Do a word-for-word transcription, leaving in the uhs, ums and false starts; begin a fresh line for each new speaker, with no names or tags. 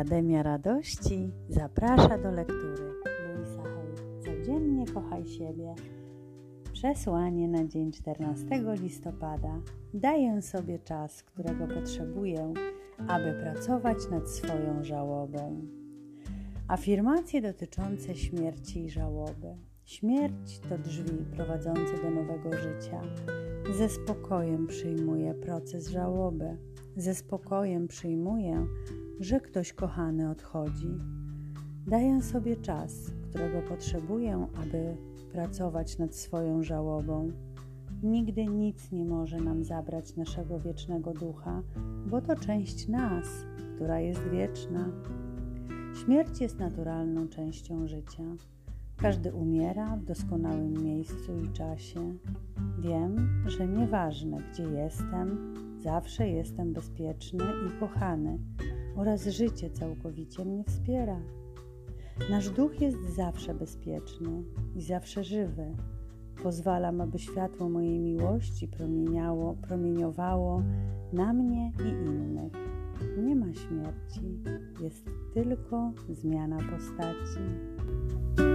Akademia Radości zaprasza do lektury. Louisa Hay. Codziennie kochaj siebie. Przesłanie na dzień czternastego listopada. Daję sobie czas, którego potrzebuję, aby pracować nad swoją żałobą. Afirmacje dotyczące śmierci i żałoby. Śmierć to drzwi prowadzące do nowego życia. Ze spokojem przyjmuję proces żałoby. Ze spokojem przyjmuję, że ktoś kochany odchodzi. Daję sobie czas, którego potrzebuję, aby pracować nad swoją żałobą. Nigdy nic nie może nam zabrać naszego wiecznego ducha, bo to część nas, która jest wieczna. Śmierć jest naturalną częścią życia. Każdy umiera w doskonałym miejscu i czasie. Wiem, że nieważne, gdzie jestem, zawsze jestem bezpieczny i kochany oraz życie całkowicie mnie wspiera. Nasz duch jest zawsze bezpieczny i zawsze żywy. Pozwalam, aby światło mojej miłości promieniało, promieniowało na mnie i innych. Nie ma śmierci, jest tylko zmiana postaci.